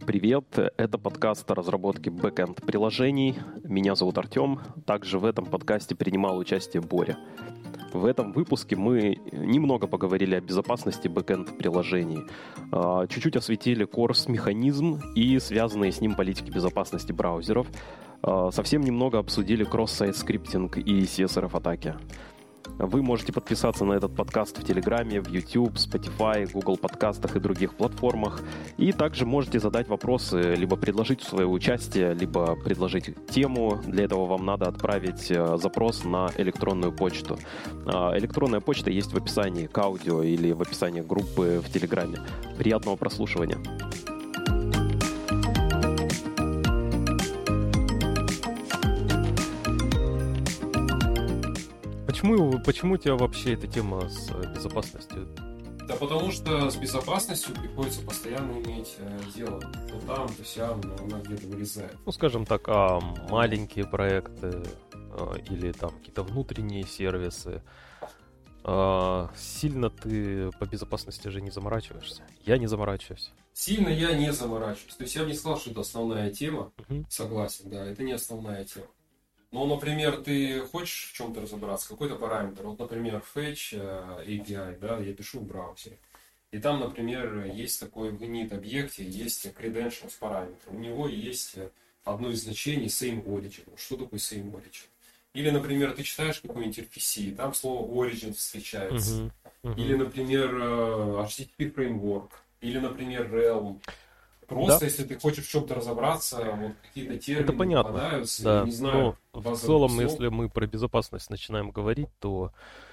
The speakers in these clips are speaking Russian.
Привет, это подкаст о разработке бэкэнд-приложений. Меня зовут Артем. Также в этом подкасте принимал участие Боря. В этом выпуске мы немного поговорили о безопасности бэкэнд-приложений. Чуть-чуть осветили CORS-механизм и связанные с ним политики безопасности браузеров. Совсем немного обсудили кросс-сайт скриптинг и CSRF-атаки. Вы можете подписаться на этот подкаст в Телеграме, в YouTube, Spotify, Google подкастах и других платформах. И также можете задать вопросы, либо предложить свое участие, либо предложить тему. Для этого вам надо отправить запрос на электронную почту. Электронная почта есть в описании к аудио или в описании группы в Телеграме. Приятного прослушивания. Почему у тебя вообще эта тема с безопасностью? Да потому что с безопасностью приходится постоянно иметь дело. То там, то сям, но она где-то вылезает. Ну, скажем так, маленькие проекты или там какие-то внутренние сервисы. Сильно ты по безопасности же не заморачиваешься? Я не заморачиваюсь. Сильно я не заморачиваюсь. То есть я бы не сказал, что это основная тема. Согласен, да, это не основная тема. Ну, например, ты хочешь в чем-то разобраться, какой-то параметр. Вот, например, fetch API, да, я пишу в браузере. И там, например, есть такой в init-объекте, есть credentials параметр. У него есть одно из значений same origin. Что такое same origin? Или, например, ты читаешь какой-нибудь RPC, там слово origin встречается. Или, например, HTTP framework. Или, например, Realm. Просто, да. Если ты хочешь в чем-то разобраться, вот какие-то термины попадаются, да. не знаю. В целом, если мы про безопасность начинаем говорить, то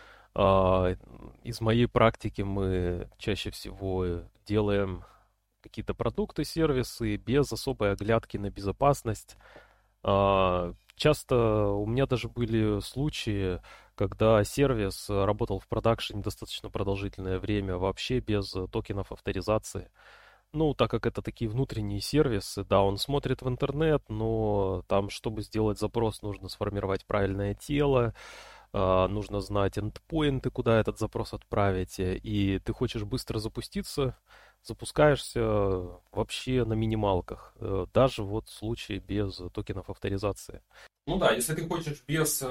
из моей практики мы чаще всего делаем какие-то продукты, сервисы без особой оглядки на безопасность. Часто у меня даже были случаи, когда сервис работал в продакшене достаточно продолжительное время, вообще без токенов авторизации. Ну, так как это такие внутренние сервисы, да, он смотрит в интернет, но там, чтобы сделать запрос, нужно сформировать правильное тело, нужно знать эндпоинты, куда этот запрос отправить, и ты хочешь быстро запуститься, запускаешься вообще на минималках, даже вот в случае без токенов авторизации. Ну да, если ты хочешь без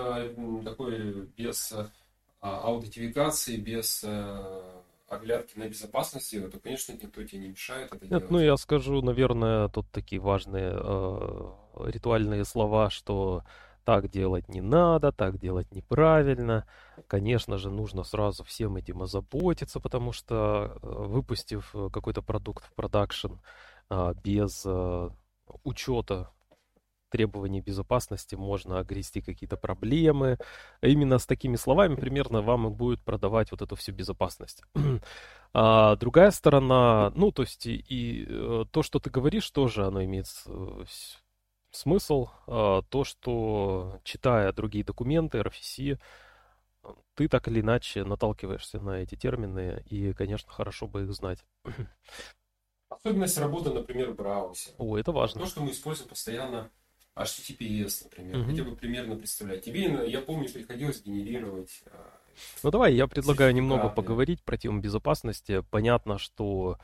аутентификации, без оглядки на безопасность, то, конечно, никто тебе не мешает это делать. Ну, я скажу, наверное, тут такие важные ритуальные слова, что так делать не надо, так делать неправильно. Конечно же, нужно сразу всем этим озаботиться, потому что, выпустив какой-то продукт в продакшн без учета требований безопасности, можно огрести какие-то проблемы. Именно с такими словами примерно вам и будет продавать вот эту всю безопасность. Другая сторона, ну, то есть и то, что ты говоришь, тоже оно имеет смысл. То, что, читая другие документы, RFC, ты так или иначе наталкиваешься на эти термины, и, конечно, хорошо бы их знать. Особенность работы, например, в браузере. О, это важно. То, что мы используем постоянно HTTPS, например, хотя бы примерно представлять. Тебе, я помню, приходилось генерировать. Ну давай, я предлагаю немного поговорить про тему безопасности. Понятно, что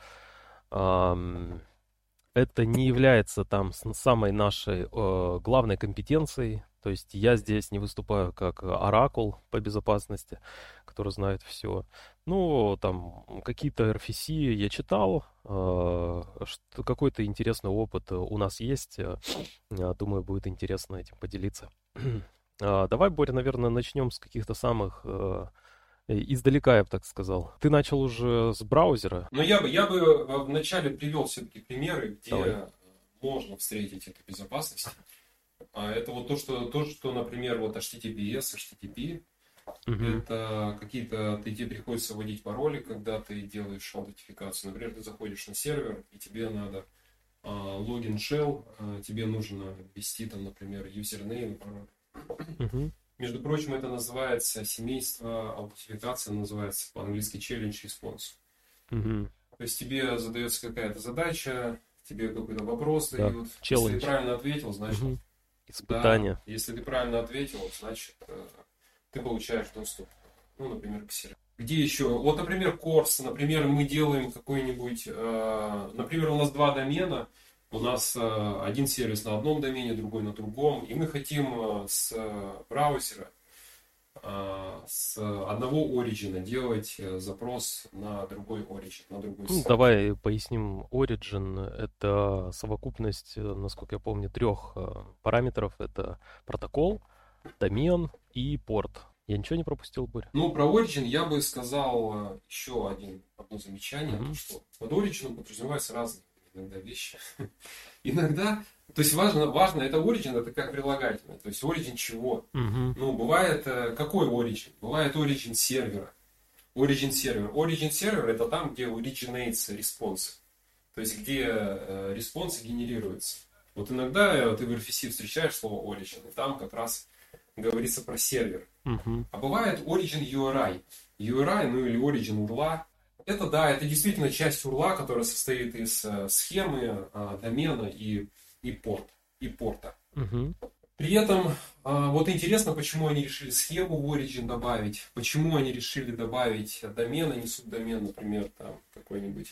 это не является там самой нашей главной компетенцией. То есть я здесь не выступаю как оракул по безопасности, который знает все. Ну, там какие-то RFC я читал, какой-то интересный опыт у нас есть. Думаю, будет интересно этим поделиться. Давай, Боря, наверное, начнем с каких-то самых издалека, я бы так сказал. Ты начал уже с браузера. Но я бы вначале привел все-таки примеры, где можно встретить эту безопасность. Это вот то, что, например, вот HTTPS, HTTP, это какие-то, тебе приходится вводить пароли, когда ты делаешь аутентификацию. Например, ты заходишь на сервер, и тебе надо логин shell, тебе нужно ввести там, например, username и пароль. Между прочим, это называется семейство аутентификации, называется по-английски challenge response. То есть тебе задается какая-то задача, тебе какой-то вопрос дают. Если ты правильно ответил, значит... Испытание. Да, если ты правильно ответил, значит, ты получаешь доступ, ну, например, к серверу. Где еще? Вот, например, CORS. Например, мы делаем какой-нибудь... например, у нас два домена. у нас один сервис на одном домене, другой на другом, и мы хотим с браузера, с одного Origin делать запрос на другой Origin, на другой сайт. Давай поясним. Origin — это совокупность, насколько я помню, 3 параметров. Это протокол, домен и порт. Я ничего не пропустил, Борь? Ну, про Origin я бы сказал еще одно замечание, что под Origin подразумеваются разные иногда вещи. Иногда, то есть важно, это Origin, это как прилагательное. То есть Origin чего? Ну, бывает, какой Origin? Бывает Origin сервера. Origin сервер это там, где originates response. То есть где респонсы генерируются. Вот иногда ты в RFC встречаешь слово Origin, и там как раз говорится про сервер. А бывает Origin URI. URI, ну или Origin URLA. Это да, это действительно часть URLA, которая состоит из схемы, домена и порта. При этом, вот интересно, почему они решили схему в Origin добавить, почему они решили добавить домен, а не субдомен, например, там какой-нибудь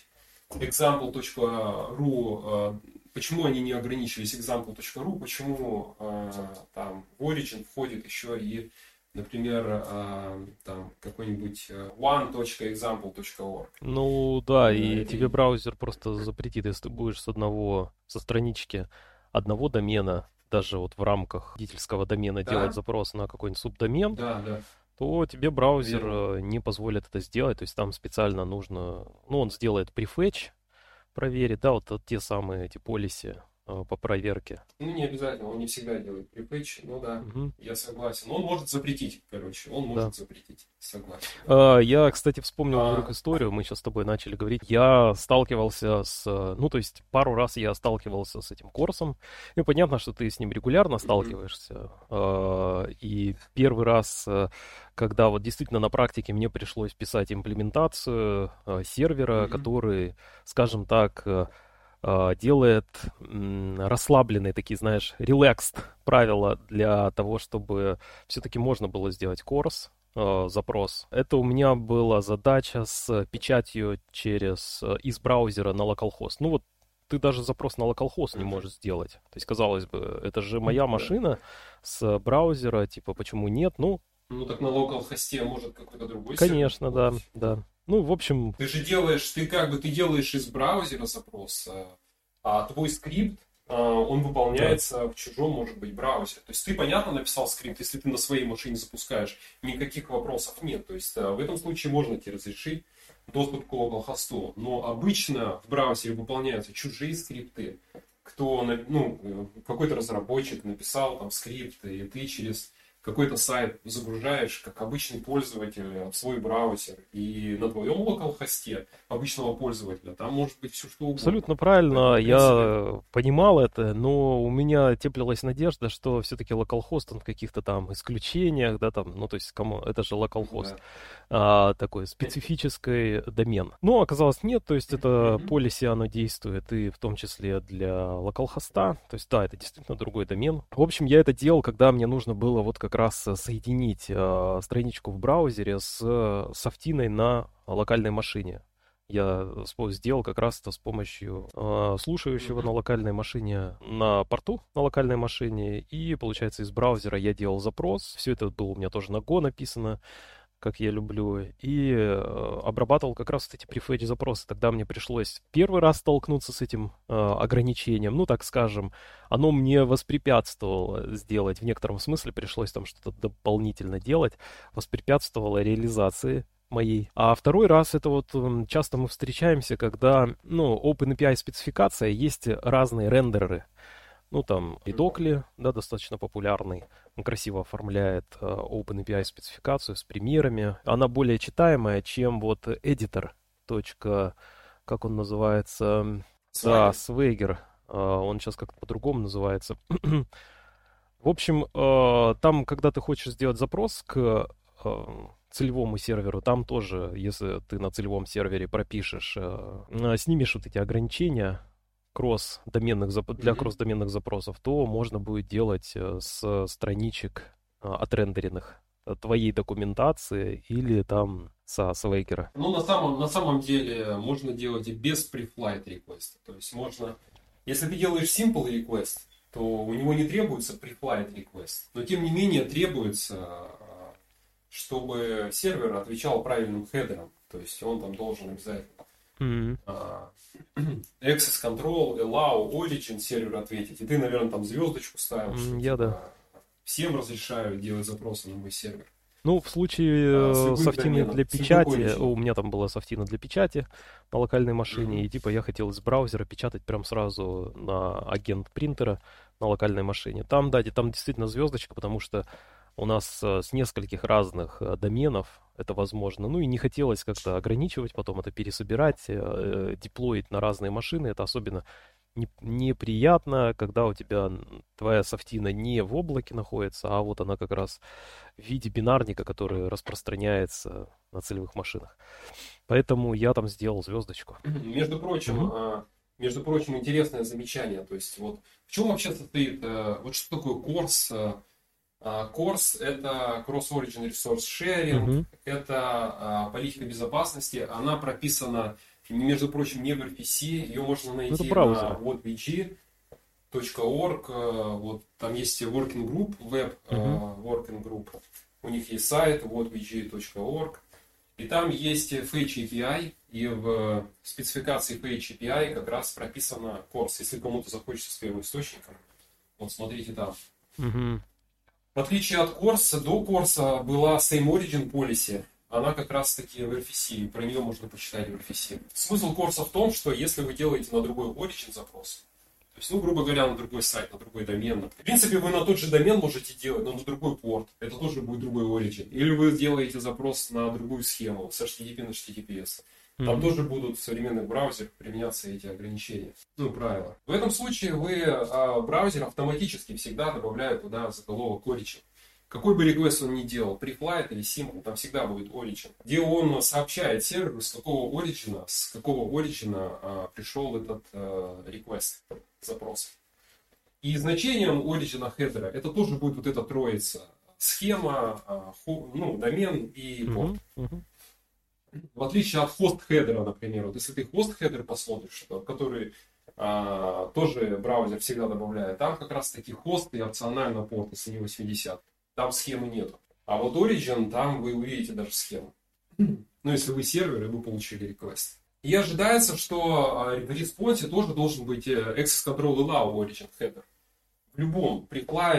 example.ru, почему они не ограничились example.ru, почему там в Origin входит еще и, например, там какой-нибудь one.example.org. Ну да, и тебе браузер просто запретит, если ты будешь со странички одного домена, даже вот в рамках родительского домена делать запрос на какой-нибудь субдомен, то тебе браузер не позволит это сделать. То есть там специально нужно, ну, он сделает префетч, проверит, да, вот те самые эти полиси по проверке. Ну, не обязательно, он не всегда делает префетч, ну да, я согласен. Он может запретить, запретить, согласен. Я, кстати, вспомнил вдруг историю, мы сейчас с тобой начали говорить. Я сталкивался ну, то есть пару раз я сталкивался с этим курсом, и понятно, что ты с ним регулярно сталкиваешься. И первый раз, когда вот действительно на практике мне пришлось писать имплементацию сервера, который, скажем так, делает расслабленные такие, знаешь, relaxed правила для того, чтобы все-таки можно было сделать курс, запрос. Это у меня была задача с печатью из браузера на localhost. Ну вот ты даже запрос на localhost не можешь сделать. То есть, казалось бы, это же моя машина с браузера, типа, почему нет? Ну так на localhost может какой-то другой Конечно, да. Ну, в общем... Ты делаешь из браузера запрос, а твой скрипт, он выполняется в чужом, может быть, браузере. То есть ты, понятно, написал скрипт, если ты на своей машине запускаешь, никаких вопросов нет. То есть в этом случае можно тебе разрешить доступ к localhost. Но обычно в браузере выполняются чужие скрипты. Какой-то разработчик написал там скрипт, и ты через какой-то сайт загружаешь, как обычный пользователь, в свой браузер, и на твоем локал-хосте обычного пользователя там может быть все что угодно. Абсолютно правильно, я понимал это, но у меня теплилась надежда, что все-таки локал-хост, он в каких-то там исключениях, да, там, ну, то есть, это же локал-хост, такой специфический домен. Но оказалось нет, то есть, это полиси, оно действует и в том числе для локал-хоста, то есть, да, это действительно другой домен. В общем, я это делал, когда мне нужно было вот как раз соединить страничку в браузере с софтиной на локальной машине. Я сделал как раз это с помощью слушающего на локальной машине, на порту на локальной машине. И, получается, из браузера я делал запрос. Все это было у меня тоже на Go написано, как я люблю, и обрабатывал как раз вот эти префетч-запросы. Тогда мне пришлось первый раз столкнуться с этим ограничением, ну, так скажем, оно мне воспрепятствовало сделать, в некотором смысле пришлось там что-то дополнительно делать, воспрепятствовало реализации моей. А второй раз это вот часто мы встречаемся, когда, OpenAPI спецификация, есть разные рендереры. Ну, там, Redocli, да, достаточно популярный. Он красиво оформляет OpenAPI спецификацию с примерами. Она более читаемая, чем вот editor. Как он называется? Да, Swagger. Он сейчас как-то по-другому называется. В общем, там, когда ты хочешь сделать запрос к целевому серверу, там тоже, если ты на целевом сервере пропишешь, снимешь вот эти ограничения, для кросс-доменных запросов, то можно будет делать с страничек отрендеренных твоей документации или там со Swagger. Ну, на самом деле можно делать и без pre-flight request. То есть можно Если ты делаешь simple request, то у него не требуется preflight request. Но тем не менее требуется, чтобы сервер отвечал правильным хедером. То есть он там должен обязательно access control, allow, origin сервер ответить. И ты, наверное, там звездочку ставил, что да. Всем разрешаю делать запросы на мой сервер. Ну, в случае софтины для печати, у меня там была софтина для печати на локальной машине, и типа я хотел из браузера печатать прям сразу на агент принтера на локальной машине. Там, да, там действительно звездочка, потому что у нас с нескольких разных доменов это возможно. Ну и не хотелось как-то ограничивать, потом это пересобирать, деплоить на разные машины. Это особенно неприятно, когда у тебя твоя софтина не в облаке находится, а вот она как раз в виде бинарника, который распространяется на целевых машинах. Поэтому я там сделал звездочку. Между прочим, интересное замечание. То есть вот в чем вообще состоит, вот что такое CORS? CORS — это Cross Origin Resource Sharing, это политика безопасности. Она прописана, между прочим, не в RPC, ее можно найти на whatbg.org. Вот, там есть working group, web working group. У них есть сайт whatbg.org. И там есть Fetch API, и в спецификации Fetch API как раз прописано CORS. Если кому-то захочется с первым источником, вот смотрите там. В отличие от CORS, до CORS была Same Origin Policy. Она как раз таки в RFC, про нее можно почитать в RFC. Смысл CORS в том, что если вы делаете на другой origin запрос, то есть, грубо говоря, на другой сайт, на другой домен, в принципе, вы на тот же домен можете делать, но на другой порт, это тоже будет другой origin. Или вы делаете запрос на другую схему, с HTTP на HTTPS. Там тоже будут в современных браузерах применяться эти ограничения, правила. В этом случае браузер автоматически всегда добавляет туда заголовок origin. Какой бы request он ни делал, preflight или simple, там всегда будет origin, где он сообщает серверу, с какого origin пришел этот request, запрос. И значением origin хедера это тоже будет вот эта троица: схема, домен и порт. В отличие от хост-хедера, например, вот если ты хост-хедер посмотришь, который тоже браузер всегда добавляет, там как раз таки хост и опционально порт, если не 80. Там схемы нету. А вот Origin, там вы увидите даже схему. Если вы сервер, и вы получили request. И ожидается, что в респонсе тоже должен быть access control allow origin header. В любом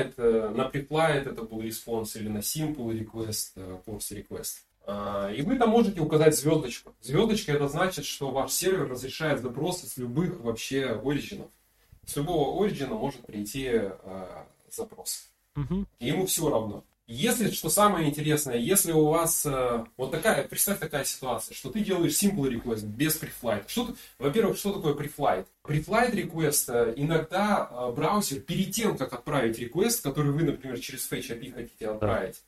на preflight это был респонс, или на simple request, force request. И вы там можете указать звездочку. Звездочка — это значит, что ваш сервер разрешает запросы с любых вообще оригинов. С любого оригина может прийти запрос. И ему все равно. Если, что самое интересное, если у вас представь такая ситуация, что ты делаешь simple request без preflight. Во-первых, что такое preflight? Preflight request иногда браузер перед тем, как отправить request, который вы, например, через Fetch API хотите отправить,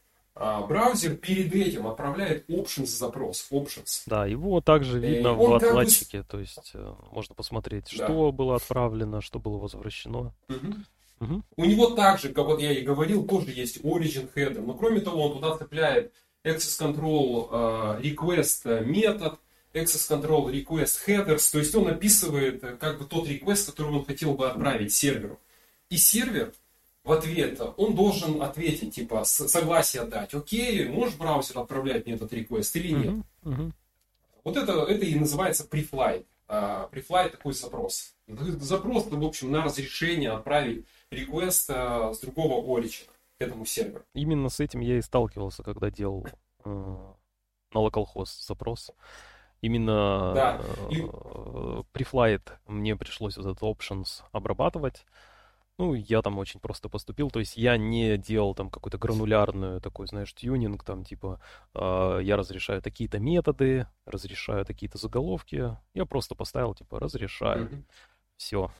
браузер перед этим отправляет options запрос. Да, его также видно в отладчике, то есть можно посмотреть, что было отправлено, что было возвращено. У него также, как вот я и говорил, тоже есть origin header, но кроме того он туда цепляет access control request метод, access control request headers, то есть он описывает как бы тот request, который он хотел бы отправить серверу. И сервер в ответ, он должен ответить, типа, согласие дать. Окей, можешь браузер отправлять мне этот request или нет? Вот это и называется preflight. Preflight такой запрос. Запрос, в общем, на разрешение отправить request с другого origin к этому серверу. Именно с этим я и сталкивался, когда делал на localhost запрос. Именно preflight мне пришлось вот этот options обрабатывать. Я там очень просто поступил, то есть я не делал там какой-то гранулярный такой, знаешь, тюнинг, там типа я разрешаю такие-то методы, разрешаю такие-то заголовки, я просто поставил типа разрешаю, все.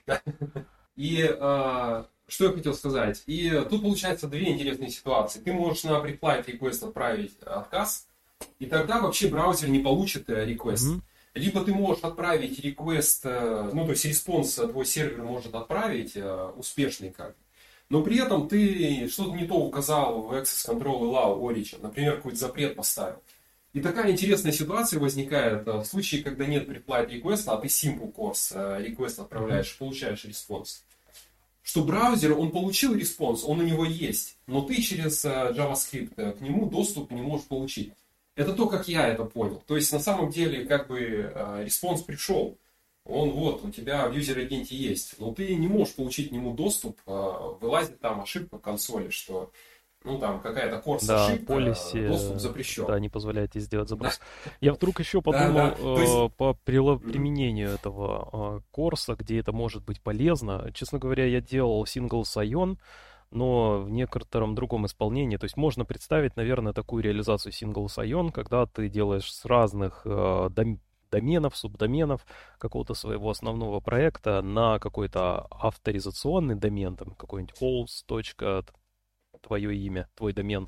И что я хотел сказать, и тут получается две интересные ситуации. Ты можешь на preflight request отправить отказ, и тогда вообще браузер не получит request. Либо ты можешь отправить request, то есть респонс твой сервер может отправить успешный но при этом ты что-то не то указал в access control allow origin, например, какой-то запрет поставил. И такая интересная ситуация возникает в случае, когда нет pre-flight request, а ты simple course request отправляешь, получаешь респонс. Что браузер, он получил респонс, он у него есть, но ты через JavaScript к нему доступ не можешь получить. Это то, как я это понял. То есть на самом деле как бы респонс пришел, он вот у тебя в юзер-агенте есть, но ты не можешь получить к нему доступ, вылазит там ошибка в консоли, что ну там какая-то корс-ошибка, policy, доступ запрещен. Да, не позволяет тебе сделать запрос. Я вдруг еще Да. подумал по применению этого корса, где это может быть полезно. Честно говоря, я делал single sign-on, но в некотором другом исполнении. То есть можно представить, наверное, такую реализацию single sign-on, когда ты делаешь с разных доменов, субдоменов какого-то своего основного проекта на какой-то авторизационный домен, там какой-нибудь host. Твое имя, твой домен,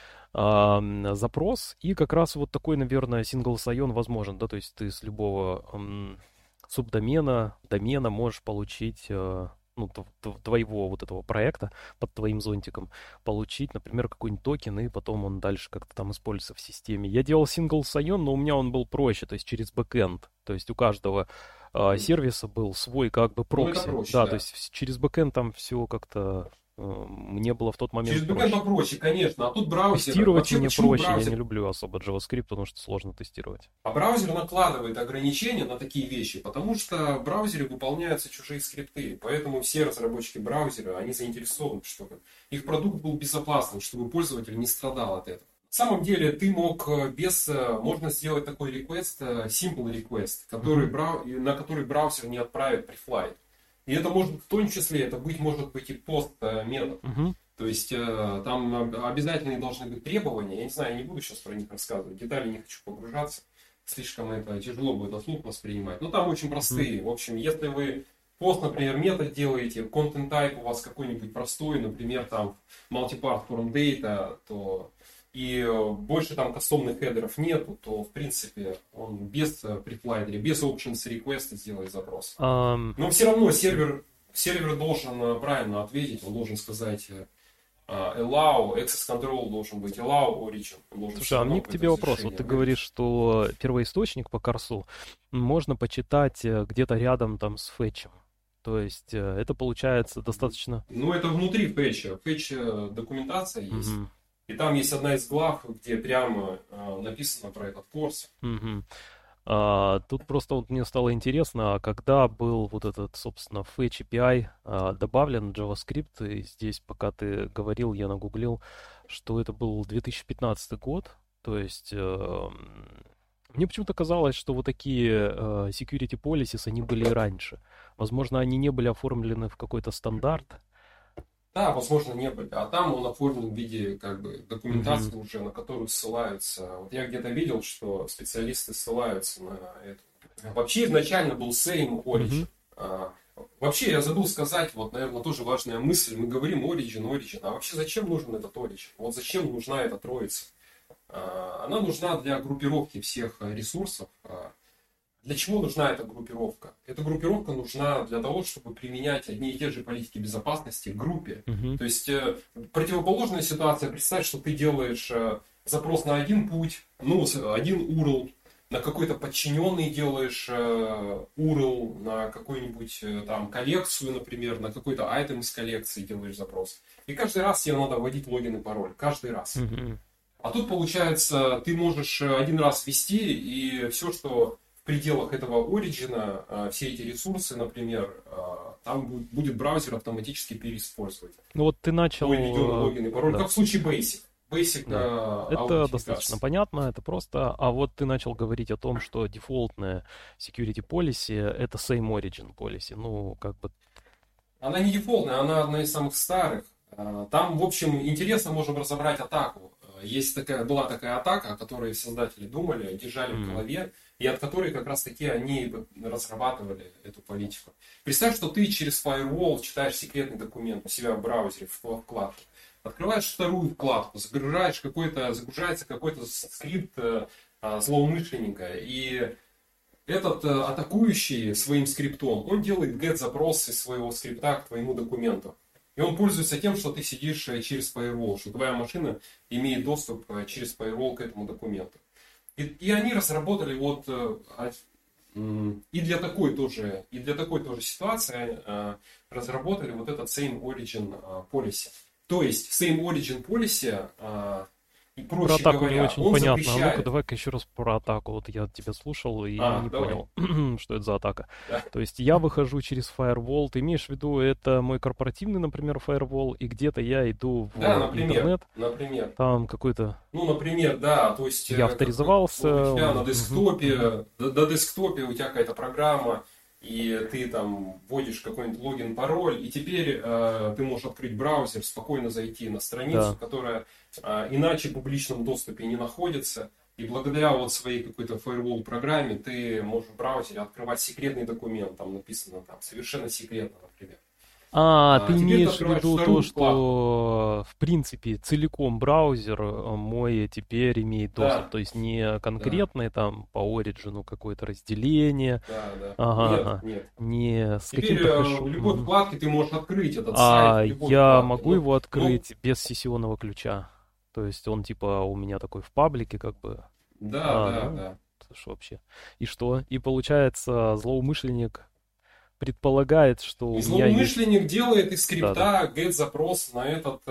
запрос, и как раз вот такой, наверное, single sign возможен, да, то есть ты с любого субдомена, домена можешь получить, ну, твоего вот этого проекта под твоим зонтиком, получить, например, какой-нибудь токен, и потом он дальше как-то там используется в системе. Я делал single sign, но у меня он был проще, то есть через бэкэнд, то есть у каждого сервиса был свой как бы прокси. Ну, проще, да, то есть через бэкэнд там все как-то мне было в тот момент через бэкэнд попроще, конечно, а тут браузер... Тестировать вообще, мне проще, браузер... я не люблю особо JavaScript, потому что сложно тестировать. А браузер накладывает ограничения на такие вещи, потому что в браузере выполняются чужие скрипты, поэтому все разработчики браузера, они заинтересованы, чтобы их продукт был безопасным, чтобы пользователь не страдал от этого. На самом деле ты можно сделать такой request, simple request, на который браузер не отправит preflight. И это может в том числе, может быть и пост метод. То есть там обязательные должны быть требования. Я не знаю, я не буду сейчас про них рассказывать. Детали не хочу погружаться. Слишком это тяжело будет на слух воспринимать. Но там очень простые. В общем, если вы пост, например, метод делаете, content type у вас какой-нибудь простой, например, там multipart from data, то и больше там кастомных хедеров нету, то в принципе он без префлайдера, без options request сделает запрос. Но все равно сервер должен правильно ответить, он должен сказать allow, access control должен быть allow origin. Слушай, а мне к тебе вопрос. Вот ты говоришь, что первоисточник по корсу можно почитать где-то рядом там с фетчем. То есть это получается достаточно... Ну, это внутри фетча. Фетч документация есть. И там есть одна из глав, где прямо написано про этот курс. Тут просто вот мне стало интересно, когда был вот этот, собственно, Fetch API добавлен в JavaScript, и здесь, пока ты говорил, я нагуглил, что это был 2015 год, то есть мне почему-то казалось, что вот такие security policies, они были и раньше. Возможно, они не были оформлены в какой-то стандарт. Да, возможно, не были. А там он оформлен в виде как бы документации уже, на которую ссылаются. Вот я где-то видел, что специалисты ссылаются на это. Вообще изначально был same origin. Вообще я забыл сказать, вот, наверное, тоже важная мысль. Мы говорим origin. А вообще зачем нужен этот origin? Вот зачем нужна эта троица? Она нужна для группировки всех ресурсов. Для чего нужна эта группировка? Эта группировка нужна для того, чтобы применять одни и те же политики безопасности в группе. То есть противоположная ситуация. Представь, что ты делаешь запрос на один путь, один URL, на какой-то подчиненный делаешь URL, на какую-нибудь там коллекцию, например, на какой-то item из коллекции делаешь запрос. И каждый раз тебе надо вводить логин и пароль. Каждый раз. А тут получается, ты можешь один раз ввести, и все, что в пределах этого оригина, все эти ресурсы, например, там будет браузер автоматически переиспользовать. Ну вот ты начал... логин и пароль, как в случае Basic. Это достаточно понятно, это просто. А вот ты начал говорить о том, что дефолтная security policy это same origin policy. Ну, как бы... Она не дефолтная, она одна из самых старых. Там, в общем, интересно можем разобрать атаку. Была такая атака, о которой создатели думали, держали в голове, и от которой как раз таки они разрабатывали эту политику. Представь, что ты через firewall читаешь секретный документ у себя в браузере, в вкладке. Открываешь вторую вкладку, загружается какой-то скрипт злоумышленника, и этот атакующий своим скриптом, он делает get-запрос из своего скрипта к твоему документу. И он пользуется тем, что ты сидишь через firewall, что твоя машина имеет доступ через firewall к этому документу. И они разработали вот и для такой тоже ситуации разработали вот этот Same Origin Policy. То есть Same Origin Policy, и Про проще атаку не говоря, очень он понятно. А ну-ка, запрещает. давай-ка еще раз про атаку. Вот я тебя слушал и не Давай. понял, что это за атака. Да. То есть я выхожу через firewall. Ты имеешь в виду, это мой корпоративный, например, firewall, и где-то я иду в Да, например, интернет, например. там какой-то... Ну, например, да, то есть Я авторизовался. у тебя на десктопе, на десктопе у тебя какая-то программа, и ты там вводишь какой-нибудь логин, пароль, и теперь ты можешь открыть браузер, спокойно зайти на страницу, Да. которая иначе в публичном доступе не находится, и благодаря вот своей какой-то firewall программе ты можешь в браузере открывать секретный документ, там написано там совершенно секретно, например. Ты Теперь ты имеешь в открываешь виду то, вторую что в принципе целиком браузер мой теперь имеет доступ, Да, то есть не да, конкретное там по Origin какое-то разделение, да. ага, Нет. не с Теперь каким-то в любой хэшом. вкладке ты можешь открыть этот сайт, в любой Я вкладке. могу его Ну, открыть без сессионного ключа, то есть он типа у меня такой в паблике как бы, ну, да. это ж вообще. И что? И получается злоумышленник предполагает, что И у меня есть... злоумышленник делает из Да, да. скрипта get запрос на этот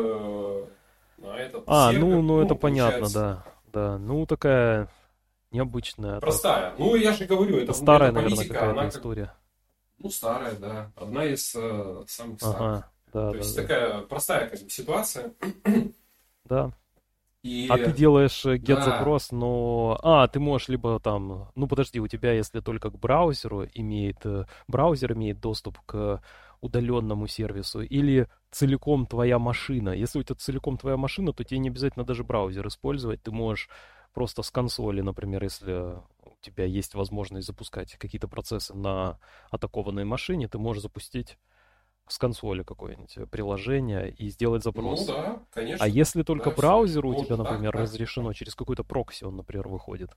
сервер. Ну это понятно, Получается, да. Ну, такая необычная атака. простая. Ну, я же говорю, Это это старая, наверное, политика, какая-то она история. ну, старая, да. Одна из самых старых. Ага, да. То есть такая простая как бы ситуация. Да. И А ты делаешь get да, запрос, но... ты можешь либо там... Ну, подожди, у тебя, если только к браузеру браузер имеет доступ к удаленному сервису, или целиком твоя машина. Если у тебя целиком твоя машина, то тебе не обязательно даже браузер использовать. Ты можешь просто с консоли, например, если у тебя есть возможность запускать какие-то процессы на атакованной машине, ты можешь запустить с консоли какое-нибудь приложение и сделать ну запрос. да, А конечно. если только Да, браузеру у можно тебя, так, например, так. разрешено, через какой-то прокси он, например, выходит,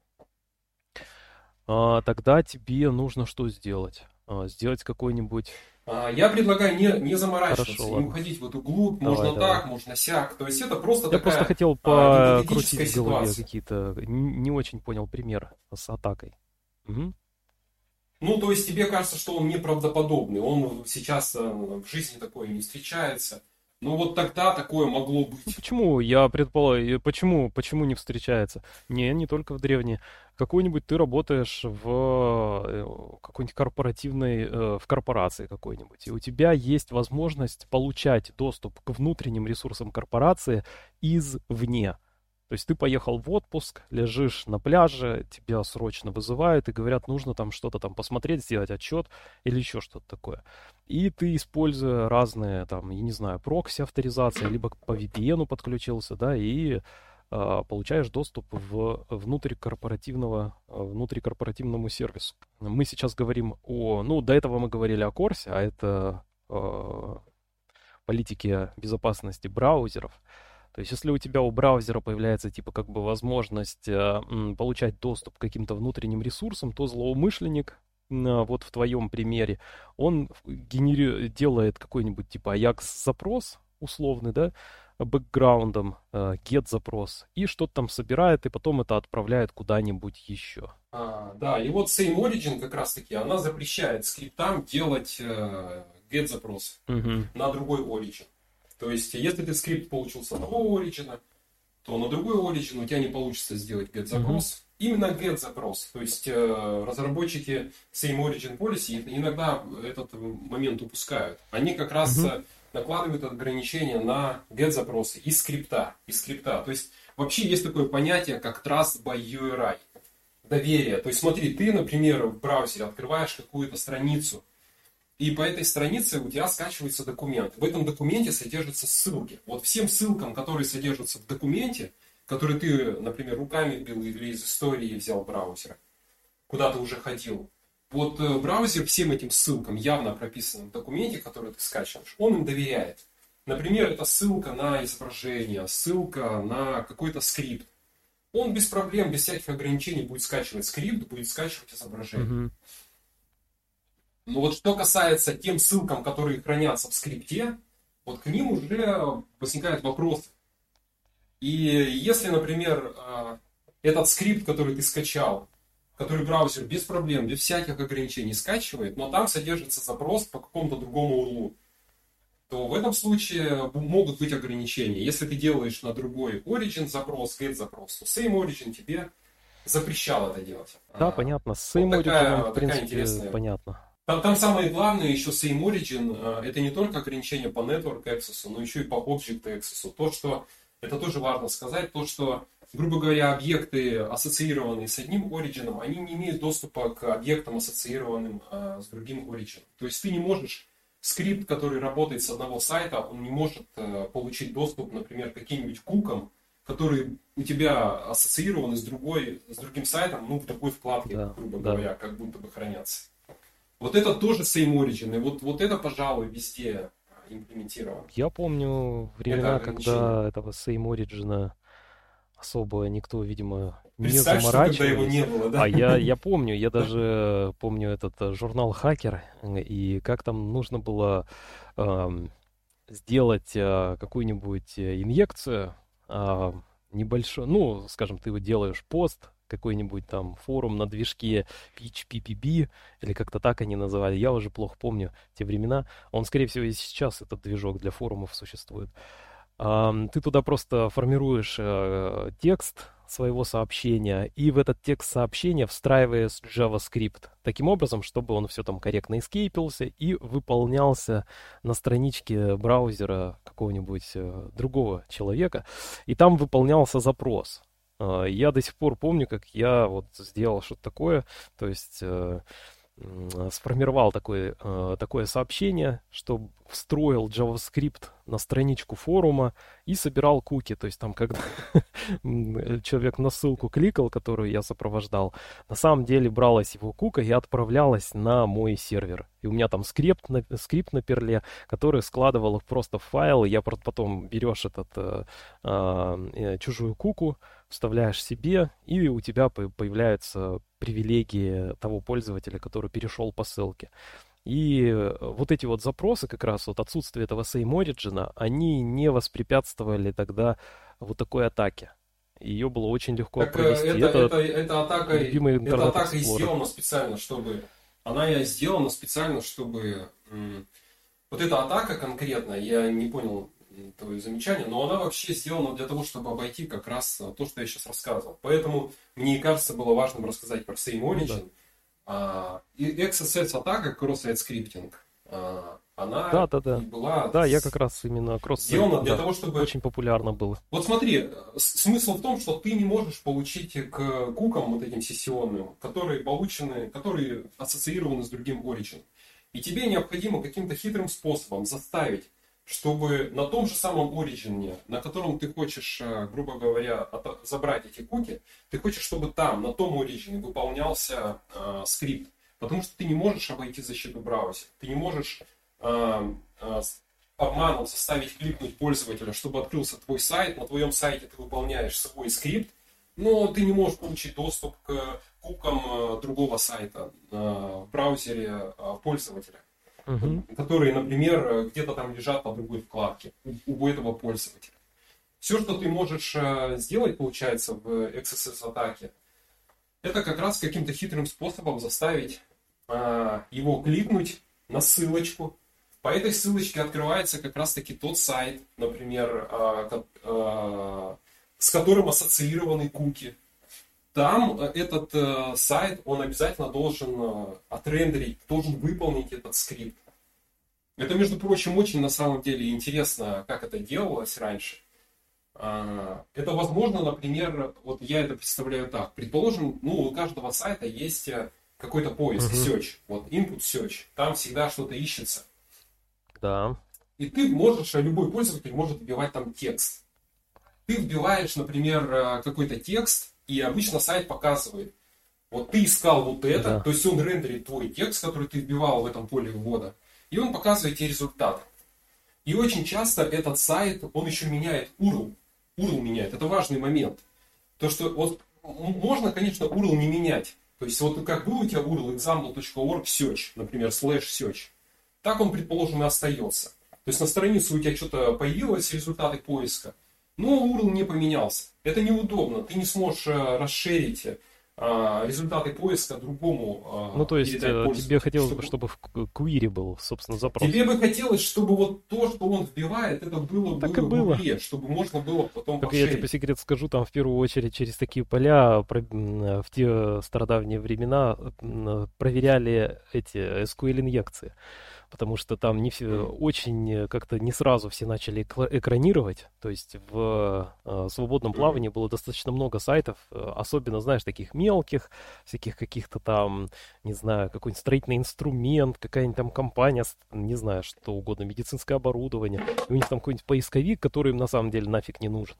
тогда тебе нужно что сделать? Сделать какой-нибудь... Я предлагаю не заморачиваться, Хорошо, не ладно. уходить в эту глубь. Давай, Можно давай. так, можно сяк. То есть это просто Я просто такая хотел покрутить гипотетическая в голове ситуация. какие-то... Не очень понял пример с атакой. Мгм. Ну, то есть тебе кажется, что он неправдоподобный. Он сейчас в жизни такое не встречается. Ну, вот тогда такое могло быть. Почему? Я предполагаю, почему не встречается? Не только в древние. Какой-нибудь ты работаешь в какой-нибудь корпоративной, в корпорации какой-нибудь, и у тебя есть возможность получать доступ к внутренним ресурсам корпорации извне. То есть ты поехал в отпуск, лежишь на пляже, тебя срочно вызывают и говорят, нужно там что-то там посмотреть, сделать отчет или еще что-то такое. И ты, используя разные там, я не знаю, прокси авторизации, либо по VPN подключился, да, и получаешь доступ внутрикорпоративному сервису. Мы сейчас говорим до этого мы говорили о Корсе, а это политике безопасности браузеров. То есть, если у тебя у браузера появляется типа как бы возможность получать доступ к каким-то внутренним ресурсам, то злоумышленник, вот в твоем примере, он делает какой-нибудь типа AJAX-запрос условный, да, бэкграундом, get-запрос, и что-то там собирает, и потом это отправляет куда-нибудь еще. Да, и вот Same Origin как раз таки, она запрещает скриптам делать get запрос на другой Origin. То есть, если ты скрипт получил с одного Origin, то на другой Origin у тебя не получится сделать get запрос. Именно get запрос. То есть, разработчики Same Origin Policy иногда этот момент упускают. Они как раз накладывают ограничения на get запросы из скрипта. То есть, вообще есть такое понятие, как Trust by URI. Доверие. То есть, смотри, ты, например, в браузере открываешь какую-то страницу, и по этой странице у тебя скачивается документ. В этом документе содержатся ссылки. Вот всем ссылкам, которые содержатся в документе, который ты, например, руками вбил или из истории взял браузера, куда ты уже ходил. Вот браузер всем этим ссылкам, явно прописанным в документе, который ты скачиваешь, он им доверяет. Например, это ссылка на изображение, ссылка на какой-то скрипт. Он без проблем, без всяких ограничений будет скачивать скрипт, будет скачивать изображение. Но вот что касается тем ссылкам, которые хранятся в скрипте, вот к ним уже возникают вопросы. И если, например, этот скрипт, который ты скачал, который браузер без проблем, без всяких ограничений скачивает, но там содержится запрос по какому-то другому URL, то в этом случае могут быть ограничения. Если ты делаешь на другой origin запрос, get запрос, то same origin тебе запрещал это делать. Да, понятно. Same вот origin, в принципе, понятно. Там самое главное еще same origin, это не только ограничение по network access, но еще и по object access. То, что, это тоже важно сказать, то, что, грубо говоря, объекты, ассоциированные с одним origin, они не имеют доступа к объектам, ассоциированным с другим origin. То есть ты не можешь, скрипт, который работает с одного сайта, он не может получить доступ, например, к каким-нибудь кукам, которые у тебя ассоциированы с другим сайтом, ну, в такой вкладке, грубо говоря, как будто бы хранятся. Вот это тоже same origin, и вот это, пожалуй, везде имплементировано. Я помню времена, когда этого same origin особо никто, видимо, не заморачивался. Когда его не было, да? А я помню, я даже помню этот журнал «Хакер», и как там нужно было сделать какую-нибудь инъекцию небольшую, ну, скажем, ты вот делаешь пост, какой-нибудь там форум на движке PHPPB, или как-то так они называли, я уже плохо помню те времена. Он, скорее всего, и сейчас этот движок для форумов существует. Ты туда просто формируешь текст своего сообщения, и в этот текст сообщения встраиваешь JavaScript таким образом, чтобы он все там корректно эскейпился и выполнялся на страничке браузера какого-нибудь другого человека, и там выполнялся запрос. Я до сих пор помню, как я вот сделал что-то такое, то есть сформировал такое сообщение, что встроил JavaScript на страничку форума и собирал куки. То есть там, когда человек на ссылку кликал, которую я сопровождал, на самом деле бралась его кука и отправлялась на мой сервер. И у меня там скрипт на перле, который складывал их просто в файл. И я потом берешь чужую куку, вставляешь себе, и у тебя появляются привилегии того пользователя, который перешел по ссылке. И вот эти вот запросы, как раз вот отсутствие этого same origin, они не воспрепятствовали тогда вот такой атаке. Ее было очень легко провести. Эта атака и сделана специально, чтобы... Она и сделана специально, чтобы... Вот эта атака конкретно, я не понял твое замечание, но она вообще сделана для того, чтобы обойти как раз то, что я сейчас рассказывал. Поэтому мне кажется, было важным рассказать про same origin. И XSS атака, cross-site scripting, она была... Да, я как раз именно сделана для того, чтобы... Очень популярно было. Вот смотри, смысл в том, что ты не можешь получить к кукам вот этим сессионным, которые ассоциированы с другим origin. И тебе необходимо каким-то хитрым способом заставить, чтобы на том же самом origin, на котором ты хочешь, грубо говоря, забрать эти куки, ты хочешь, чтобы там, на том origin, выполнялся скрипт. Потому что ты не можешь обойти защиту браузера. Ты не можешь обманом заставить кликнуть пользователя, чтобы открылся твой сайт. На твоем сайте ты выполняешь свой скрипт, но ты не можешь получить доступ к кукам другого сайта в браузере пользователя. Которые, например, где-то там лежат по другой вкладке у этого пользователя. Все, что ты можешь сделать, получается, в XSS-атаке, это как раз каким-то хитрым способом заставить его кликнуть на ссылочку. По этой ссылочке открывается как раз-таки тот сайт, например, с которым ассоциированы куки. Там этот сайт, он обязательно должен отрендерить, должен выполнить этот скрипт. Это, между прочим, очень на самом деле интересно, как это делалось раньше. Это возможно, например, вот я это представляю так. Предположим, у каждого сайта есть какой-то поиск, search, вот input search. Там всегда что-то ищется. Да. И ты можешь, любой пользователь может вбивать там текст. Ты вбиваешь, например, какой-то текст, и обычно сайт показывает, вот ты искал вот это, то есть он рендерит твой текст, который ты вбивал в этом поле ввода, и он показывает тебе результаты. И очень часто этот сайт, он еще меняет URL. URL меняет, это важный момент. То, что вот можно, конечно, URL не менять. То есть вот как был у тебя URL example.org search, например, /search, так он, предположим, и остается. То есть на странице у тебя что-то появилось, результаты поиска, но URL не поменялся. Это неудобно. Ты не сможешь расширить результаты поиска другому Ну, то есть передать пользователю. тебе хотелось бы, чтобы в query был, собственно, запрос. Тебе бы хотелось, чтобы вот то, что он вбивает, это было Так бы и было. в угле, чтобы можно было потом Только я тебе по секрету скажу, там в первую очередь через такие поля в те стародавние времена проверяли эти SQL-инъекции. Потому что там не все, очень как-то не сразу все начали экранировать. То есть в свободном плавании было достаточно много сайтов, особенно, знаешь, таких мелких, всяких каких-то там, не знаю, какой-нибудь строительный инструмент, какая-нибудь там компания, не знаю, что угодно, медицинское оборудование. И у них там какой-нибудь поисковик, который им на самом деле нафиг не нужен.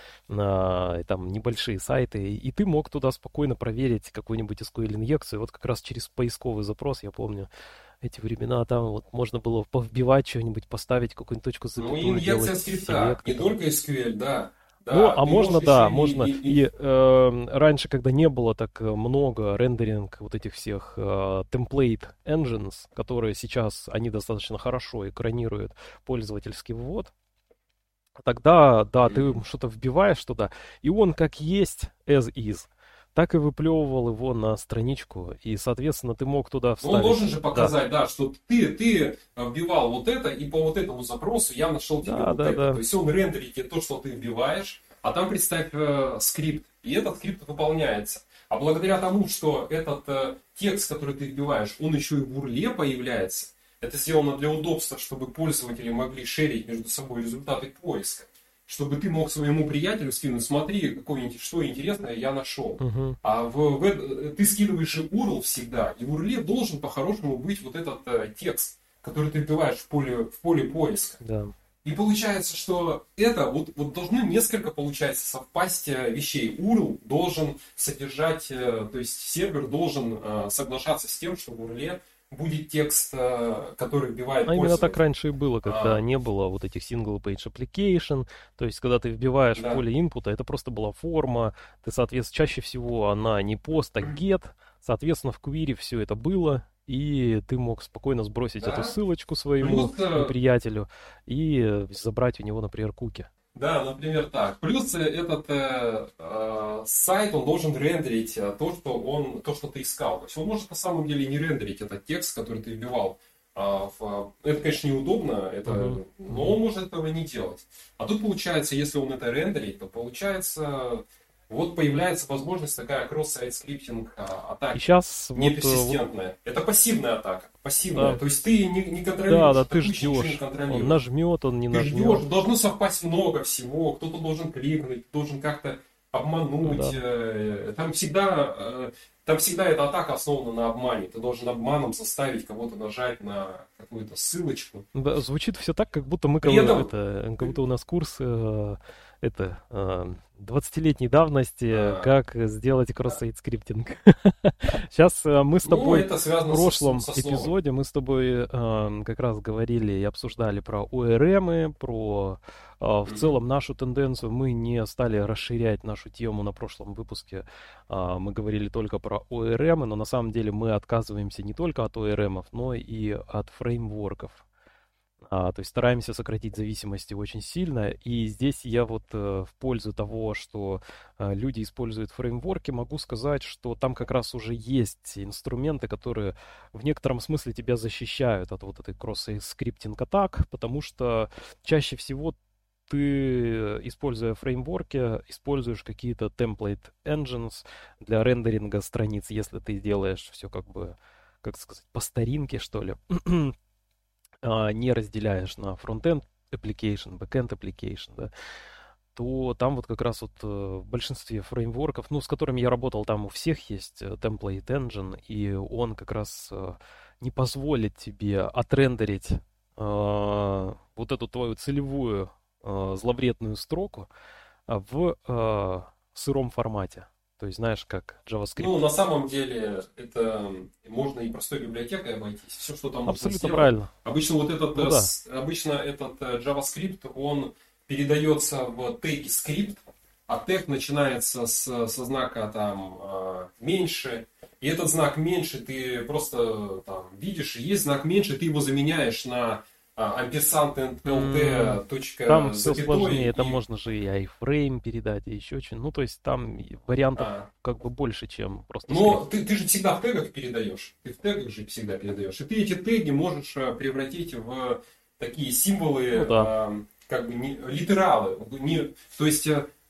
Там небольшие сайты, и ты мог туда спокойно проверить какую-нибудь SQL-инъекцию. Вот как раз через поисковый запрос, я помню, эти времена, там вот можно было повбивать что-нибудь, поставить какую-нибудь точку запятую, Ну, инъекция делать скрипта, селект. не только SQL, да. Ну, а ты можно, можешь да, еще можно. И раньше, когда не было так много рендеринг вот этих всех template engines, которые сейчас, они достаточно хорошо экранируют пользовательский ввод, тогда, да, ты что-то вбиваешь туда, и он как есть, as is, так и выплевывал его на страничку, и, соответственно, ты мог туда Но вставить. он должен же показать, да, что ты вбивал вот это, и по вот этому запросу я нашел тебе Да, вот да, это. да. То есть он рендерит тебе то, что ты вбиваешь, а там представь скрипт, и этот скрипт выполняется. А благодаря тому, что этот текст, который ты вбиваешь, он еще и в урле появляется, это сделано для удобства, чтобы пользователи могли шерить между собой результаты поиска. Чтобы ты мог своему приятелю скинуть, смотри, что интересное я нашел. Угу. Ты скидываешь и URL всегда, и в URL должен по-хорошему быть вот этот текст, который ты вбиваешь в поле поиска. Да. И получается, что это вот должно несколько, получается, совпасть вещей. URL должен содержать, то есть сервер должен соглашаться с тем, что в URL будет текст, который вбивает пользователь. Именно так раньше и было, когда не было вот этих single-page application. То есть, когда ты вбиваешь в поле инпута, это просто была форма. Ты, соответственно, чаще всего она не post, а get. Соответственно, в query все это было. И ты мог спокойно сбросить эту ссылочку своему приятелю и забрать у него, например, куки. Да, например, так. Плюс этот сайт, он должен рендерить то, что ты искал. То есть он может на самом деле не рендерить этот текст, который ты вбивал. Это, конечно, неудобно, но он может этого не делать. А тут получается, если он это рендерит, то получается... Вот появляется возможность такая кросс-сайт скриптинг атаки. И сейчас не персистентная. Это пассивная атака. Пассивная. Да. То есть ты не контролируешь. Да, ты ждешь. Он нажмет, он не нажмет. Ты ждешь. Должно совпасть много всего. Кто-то должен кликнуть, должен как-то обмануть. Да. Там всегда эта атака основана на обмане. Ты должен обманом заставить кого-то нажать на какую-то ссылочку. Да, звучит все так, как будто как будто у нас курс 20-летней давности, как сделать кросс-сайт скриптинг. Сейчас мы с тобой в прошлом эпизоде мы с тобой как раз говорили и обсуждали про ORM, про в целом нашу тенденцию. Мы не стали расширять нашу тему на прошлом выпуске. Мы говорили только про ORM, но на самом деле мы отказываемся не только от ORM, но и от фреймворков. То есть стараемся сократить зависимости очень сильно. И здесь я вот в пользу того, что люди используют фреймворки, могу сказать, что там как раз уже есть инструменты, которые в некотором смысле тебя защищают от вот этой кросс-скриптинг атак, потому что чаще всего ты, используя фреймворки, используешь какие-то template engines для рендеринга страниц, если ты делаешь все как бы, как сказать, по старинке, что ли. Не разделяешь на фронт-энд application, back-end application, да, то там вот как раз вот в большинстве фреймворков, с которыми я работал, там у всех есть template engine, и он как раз не позволит тебе отрендерить вот эту твою целевую зловредную строку в сыром формате. То есть, знаешь, как JavaScript. На самом деле, это можно и простой библиотекой обойтись. Все, что там абсолютно правильно. Обычно обычно этот JavaScript, он передается в теги скрипт, а тег начинается со знака там меньше. И этот знак меньше ты просто там видишь, есть знак меньше, ты его заменяешь на ampersand lt. Там все запятой, сложнее, там можно же и iframe передать, и еще что-нибудь. Ну, то есть там вариантов как бы больше, чем просто Но ты же всегда в тегах передаешь. Ты в тегах же всегда передаешь. И ты эти теги можешь превратить в такие символы, как бы литералы. То есть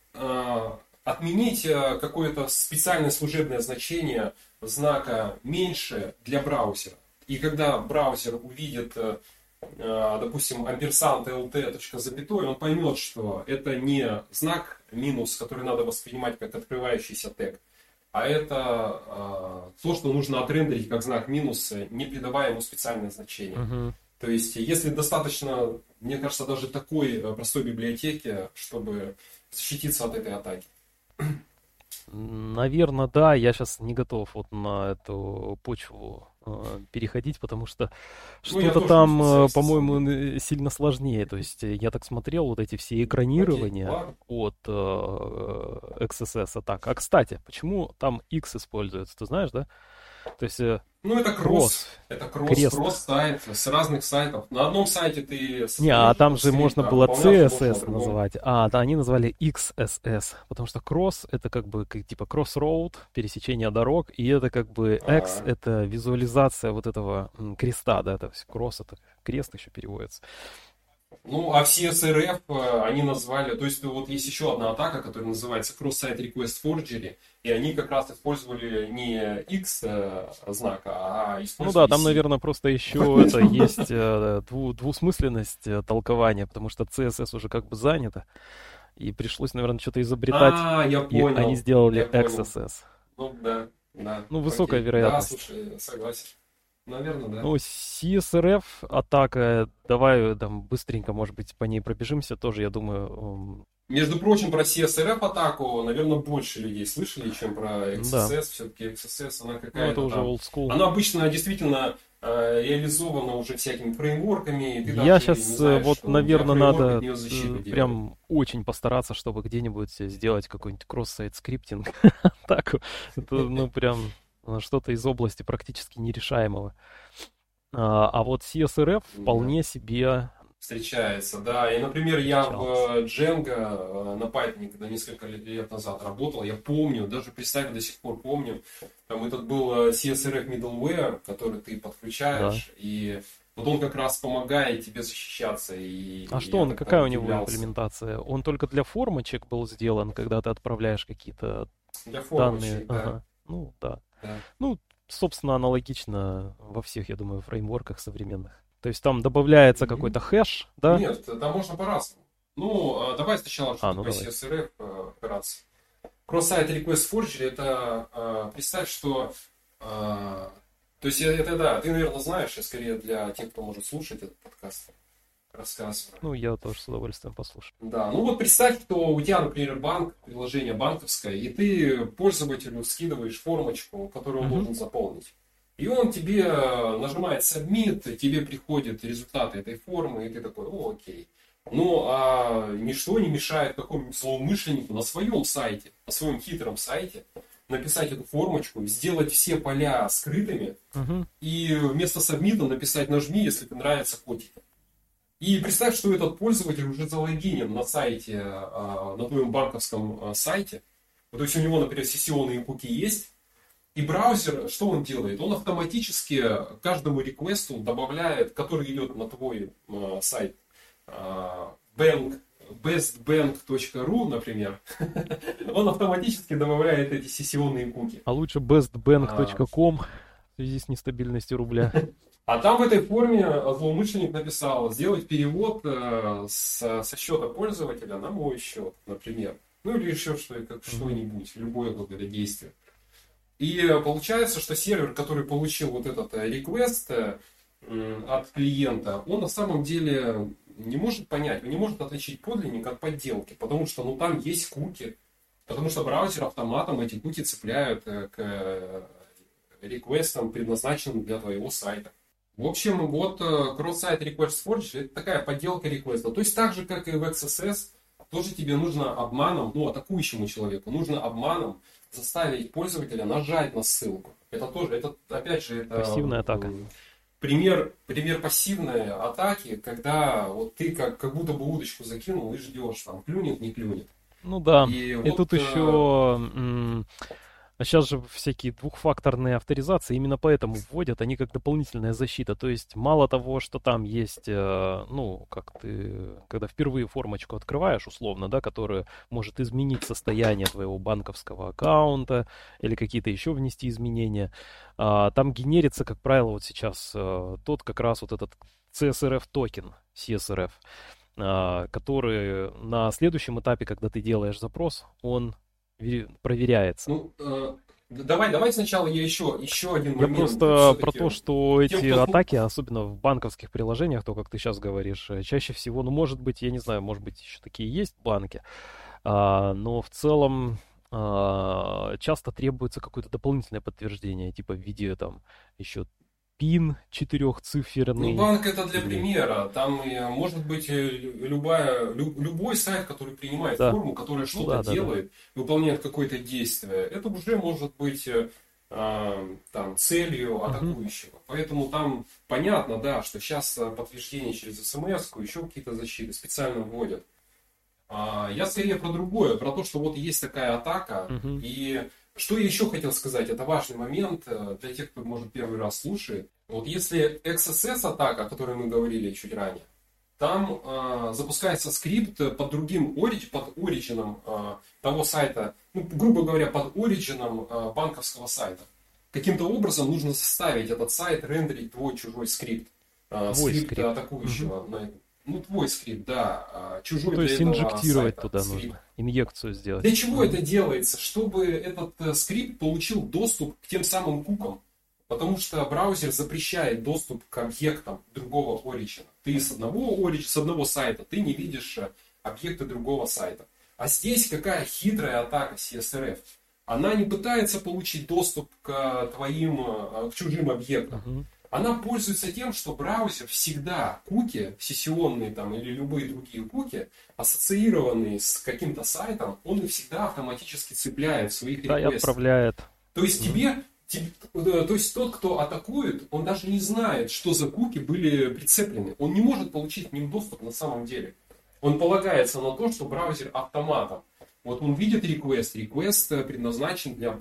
отменить какое-то специальное служебное значение знака меньше для браузера. И когда браузер увидит, допустим, ampersand lt. Запятой, он поймет, что это не знак минус, который надо воспринимать как открывающийся тег, а это то, что нужно отрендерить как знак минус, не придавая ему специальное значение. То есть, если достаточно, мне кажется, даже такой простой библиотеки, чтобы защититься от этой атаки. Наверное, да, я сейчас не готов вот на эту почву переходить, потому что что-то там, по-моему, сильно сложнее. То есть я так смотрел, вот эти все экранирования от XSS атак. А кстати, почему там X используется, ты знаешь, да? То есть это кросс. Это кросс-сайт с разных сайтов. На одном сайте ты... там же можно было CSS называть. Да, они назвали XSS, потому что кросс это как бы типа crossroad, пересечение дорог, и это как бы X это визуализация вот этого креста, да, то есть кросс это крест еще переводится. А в CSRF они назвали, то есть вот есть еще одна атака, которая называется Cross-Site Request Forgery, и они как раз использовали не X знака, а использовали там, наверное, просто еще это есть двусмысленность толкования, потому что CSS уже как бы занято, и пришлось, наверное, что-то изобретать, я понял, и они сделали XSS. Да. Высокая вероятность. Да, слушай, согласен. Наверное, да. CSRF атака, давай там быстренько, может быть, по ней пробежимся тоже, я думаю. Между прочим, про CSRF атаку, наверное, больше людей слышали, чем про XSS. Да. Все-таки XSS, она какая-то это уже old school. Она обычно действительно реализована уже всякими фреймворками. И ты я сейчас знаешь, наверное, надо прям очень постараться, чтобы где-нибудь сделать какой-нибудь кросс-сайт скриптинг атаку. Это, прям... что-то из области практически нерешаемого. А вот CSRF вполне себе... встречается, да. И, например, я в Django на Python, когда несколько лет назад работал, я помню, даже представь, до сих пор помню, там этот был CSRF middleware, который ты подключаешь, и вот он как раз помогает тебе защищаться. Какая у него имплементация? Он только для формочек был сделан, когда ты отправляешь какие-то для формочек, данные? Да. Да. Собственно, аналогично во всех, я думаю, фреймворках современных. То есть там добавляется какой-то хэш, да? Нет, там можно по-разному. Давай сначала, что такое CSRF операция. Cross-Site Request Forgery, это, представь, что... то есть это, да, ты, наверное, знаешь, скорее для тех, кто может слушать этот подкаст, рассказ. Я тоже с удовольствием послушаю. Да, представь, что у тебя, например, приложение банковское, и ты пользователю скидываешь формочку, которую он должен заполнить. И он тебе нажимает Submit, тебе приходят результаты этой формы, и ты такой, окей. Ничто не мешает какому-нибудь злоумышленнику на своем сайте, на своем хитром сайте, написать эту формочку, сделать все поля скрытыми, и вместо Submit написать «нажми, если тебе нравятся котики». И представь, что этот пользователь уже залогинен на сайте, на твоем банковском сайте. То есть у него, например, сессионные куки есть. И браузер, что он делает? Он автоматически каждому реквесту добавляет, который идет на твой сайт, bestbank.ru, например, он автоматически добавляет эти сессионные куки. А лучше bestbank.com в связи с нестабильностью рубля. А там в этой форме злоумышленник написал сделать перевод со счета пользователя на мой счет, например. Или еще что-нибудь, любое какое-то действие. И получается, что сервер, который получил вот этот request от клиента, он на самом деле не может понять, он не может отличить подлинник от подделки, потому что там есть куки, потому что браузер автоматом эти куки цепляют к реквестам, предназначенным для твоего сайта. В общем, вот Cross-Site Request Forgery это такая подделка реквеста. То есть так же, как и в XSS, тоже тебе нужно обманом, атакующему человеку, нужно обманом заставить пользователя нажать на ссылку. Это тоже, опять же, это... Пассивная атака. пример пассивной атаки, когда вот ты как будто бы удочку закинул и ждешь, там, клюнет, не клюнет. Ну да. И И вот, тут еще сейчас же всякие двухфакторные авторизации именно поэтому вводят, они как дополнительная защита. То есть мало того, что там есть, ну, как ты, когда впервые формочку открываешь, условно, да, которая может изменить состояние твоего банковского аккаунта или какие-то еще внести изменения, там генерится, как правило, вот сейчас тот как раз вот этот CSRF токен, CSRF, который на следующем этапе, когда ты делаешь запрос, он проверяется. ну, давай сначала я еще один Я момент. просто про Все-таки то, что тем, эти кто... атаки, особенно в банковских приложениях, то, как ты сейчас говоришь, чаще всего, ну, может быть, я не знаю, может быть, еще такие есть банки, но в целом часто требуется какое-то дополнительное подтверждение, типа в виде там еще пин Ну, четырехциферный. банк это для Или... примера. Там может быть любой сайт, который принимает Да. форму, который Ну что-то да. делает, выполняет какое-то действие. Это уже может быть там, целью атакующего. Поэтому там понятно, да, что сейчас подтверждение через смс, еще какие-то защиты специально вводят. Я скорее про другое, про то, что вот есть такая атака. И что я еще хотел сказать, это важный момент для тех, кто, может, первый раз слушает. Вот если XSS атака, о которой мы говорили чуть ранее, там запускается скрипт под другим под ориджином того сайта, ну, грубо говоря, под ориджином банковского сайта. Каким-то образом нужно заставить этот сайт рендерить твой чужой скрипт. Скрипт атакующего. Ну, твой скрипт, да. Чужой то есть для этого инжектировать сайта туда скрипт. нужно, инъекцию сделать. Для чего это делается? Чтобы этот скрипт получил доступ к тем самым кукам. Потому что браузер запрещает доступ к объектам другого оригина. Ты с одного сайта ты не видишь объекты другого сайта. А здесь какая хитрая атака CSRF. Она не пытается получить доступ к чужим объектам. Она пользуется тем, что браузер всегда куки, сессионные там, или любые другие куки, ассоциированные с каким-то сайтом, он их всегда автоматически цепляет в своих реквестах. Да, и отправляет. То есть то есть тот, кто атакует, он даже не знает, что за куки были прицеплены. Он не может получить к ним доступ на самом деле. Он полагается на то, что браузер автоматом. Вот он видит реквест предназначен для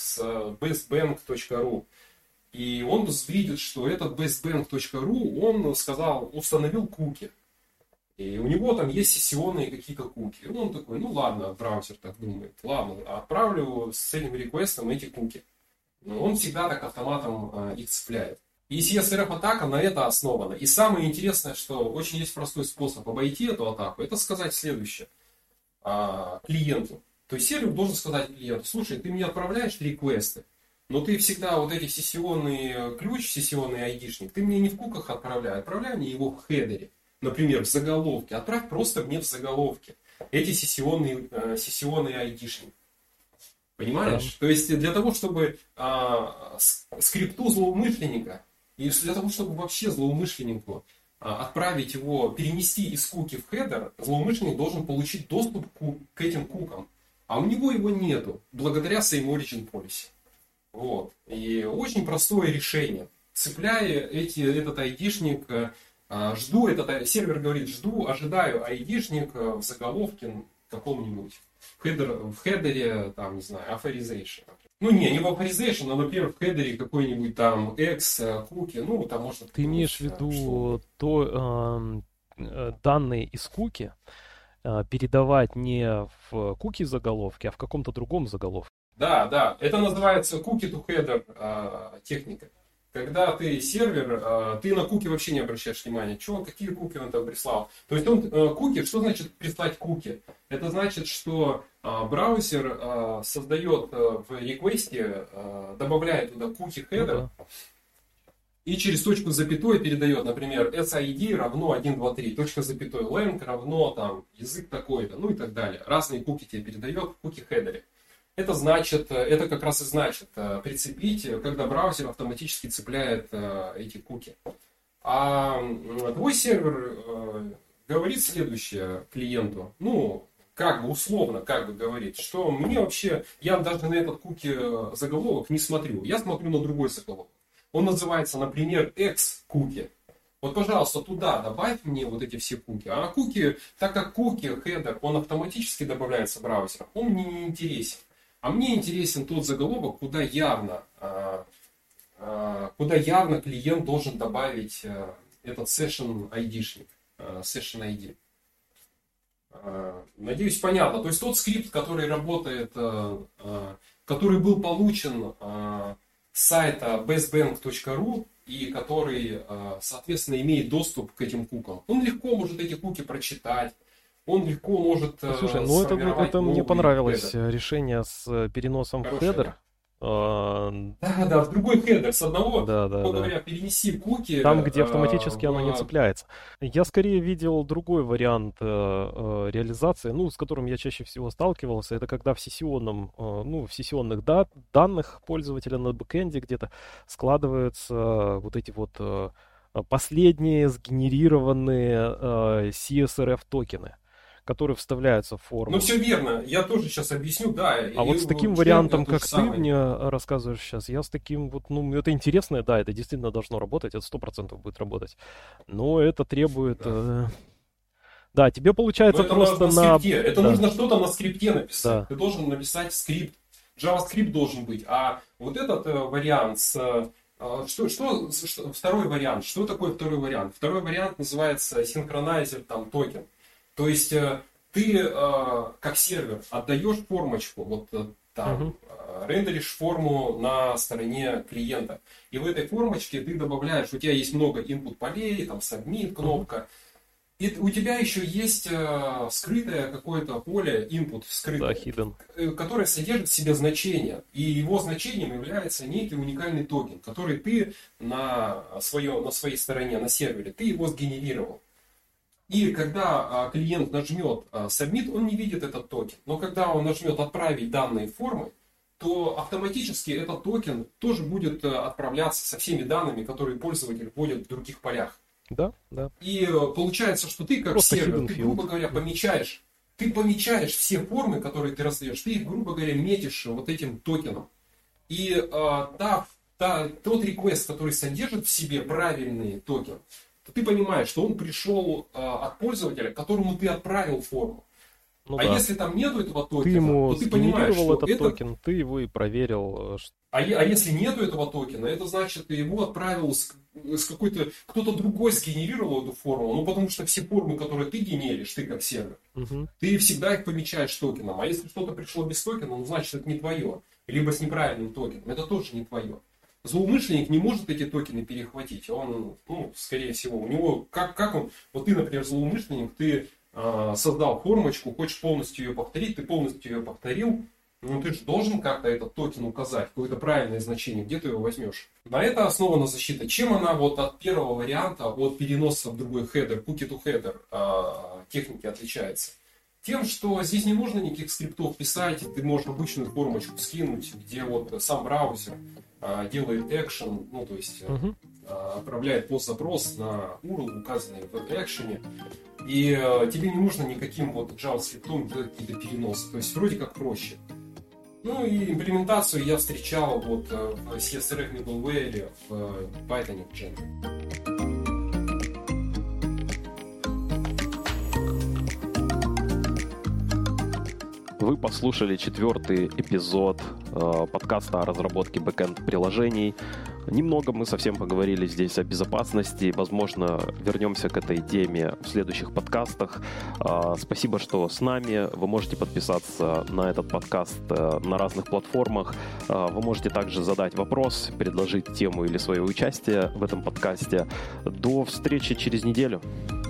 bestbank.ru. И он видит, что этот bestbank.ru, он установил куки. И у него там есть сессионные какие-то куки. И он такой, ну ладно, браузер так думает, ладно, отправлю с этим реквестом эти куки. Но он всегда так автоматом их цепляет. И CSRF-атака на это основана. И самое интересное, что очень есть простой способ обойти эту атаку, это сказать следующее клиенту. То есть сервер должен сказать клиенту, слушай, ты мне отправляешь реквесты, но ты всегда вот эти сессионный ключ, сессионный айдишник, ты мне не в куках отправляй мне его в хедере. Например, в заголовке. Отправь просто мне в заголовке эти сессионные айдишники. Понимаешь? Да. То есть для того, чтобы скрипту злоумышленника, и для того, чтобы вообще злоумышленнику отправить его, перенести из куки в хедер, злоумышленник должен получить доступ к этим кукам. А у него его нету, благодаря Same Origin Policy. Вот. И очень простое решение. Цепляя этот айдишник, сервер говорит, ожидаю айдишник в заголовке каком-нибудь. В хедере, там, не знаю, authorization. Ну, не в authorization, а, например, в хедере какой-нибудь там куки, ну, там можно... Ты имеешь в виду данные из куки передавать не в куки заголовки, а в каком-то другом заголовке? Да, это называется cookie-to-header техника. Когда ты сервер, ты на куки вообще не обращаешь внимания, какие куки он там прислал. То есть куки, что значит прислать куки? Это значит, что браузер создает в реквесте, добавляет туда куки-хедер, и через точку с запятой передает, например, SID равно 1, 2, 3, точка с запятой, lang равно там язык такой-то, ну и так далее. Разные куки тебе передает в куки-хедере. Это как раз и значит прицепить, когда браузер автоматически цепляет эти куки. А твой сервер говорит следующее клиенту, ну, условно говорит, что мне вообще, я даже на этот куки заголовок не смотрю, я смотрю на другой заголовок. Он называется, например, X-куки. Вот, пожалуйста, туда добавь мне вот эти все куки. А куки, так как куки, хедер, он автоматически добавляется браузером, он мне не интересен. А мне интересен тот заголовок, куда явно клиент должен добавить этот session ID-шник, session ID. Надеюсь, понятно. То есть тот скрипт, который работает, который был получен с сайта bestbank.ru и который, соответственно, имеет доступ к этим кукам. Он легко может эти куки прочитать, он легко может Слушай, ну это мне понравилось решение с переносом в хедер. Да, в другой хедер, с одного, говоря, перенеси куки. Там, где автоматически оно не цепляется. Я скорее видел другой вариант реализации, с которым я чаще всего сталкивался. Это когда в сессионных данных пользователя на бэкэнде где-то складываются вот эти вот последние сгенерированные CSRF токены, которые вставляются в форму. Ну, все верно. Я тоже сейчас объясню, да. А вот с таким вариантом, как ты мне рассказываешь сейчас, я с таким вот, это интересно, да, это действительно должно работать, это 100% будет работать. Но это требует... Да, тебе получается просто на скрипте. Это нужно что-то на скрипте написать. Да. Ты должен написать скрипт. JavaScript должен быть. А вот этот вариант второй вариант. Что такое второй вариант? Второй вариант называется синхронайзер токен. То есть ты как сервер отдаешь формочку, рендеришь форму на стороне клиента. И в этой формочке ты добавляешь, у тебя есть много input полей, submit кнопка. И у тебя еще есть скрытое какое-то поле, input скрытое, которое содержит в себе значение. И его значением является некий уникальный токен, который ты на своей стороне, на сервере, ты его сгенерировал. И когда клиент нажмет Submit, он не видит этот токен. Но когда он нажмет Отправить данные формы, то автоматически этот токен тоже будет отправляться со всеми данными, которые пользователь вводит в других полях. Да. И получается, что ты как сервер, ты, грубо говоря, помечаешь все формы, которые ты раздаешь, ты их, грубо говоря, метишь вот этим токеном. И тот request, который содержит в себе правильный токен, то ты понимаешь, что он пришел от пользователя, которому ты отправил форму. Если там нету этого токена, то ты понимаешь, что этот токен, ты его и проверил. А если нету этого токена, это значит, ты его отправил кто-то другой сгенерировал эту форму, потому что все формы, которые ты генеришь, ты как сервер, ты всегда их помечаешь токеном. А если что-то пришло без токена, значит, это не твое. Либо с неправильным токеном, это тоже не твое. Злоумышленник не может эти токены перехватить. Он, скорее всего, у него, как он, вот ты, например, злоумышленник, ты создал формочку, хочешь полностью ее повторить, ты полностью ее повторил, ты же должен как-то этот токен указать, какое-то правильное значение, где ты его возьмешь. На это основана защита. Чем она вот от первого варианта, от переноса в другой хедер, cookie to header техники отличается? Тем, что здесь не нужно никаких скриптов писать, ты можешь обычную формочку скинуть, где вот сам браузер делает экшен, то есть отправляет пост-запрос на URL, указанный в экшене, и тебе не нужно никаким JavaScript какие-то переносы, то есть вроде как проще. И имплементацию я встречал в CSRF middleware в Python в Django. Вы послушали 4-й эпизод подкаста о разработке бэкэнд-приложений. Немного мы совсем поговорили здесь о безопасности. Возможно, вернемся к этой теме в следующих подкастах. Спасибо, что с нами. Вы можете подписаться на этот подкаст на разных платформах. Вы можете также задать вопрос, предложить тему или свое участие в этом подкасте. До встречи через неделю.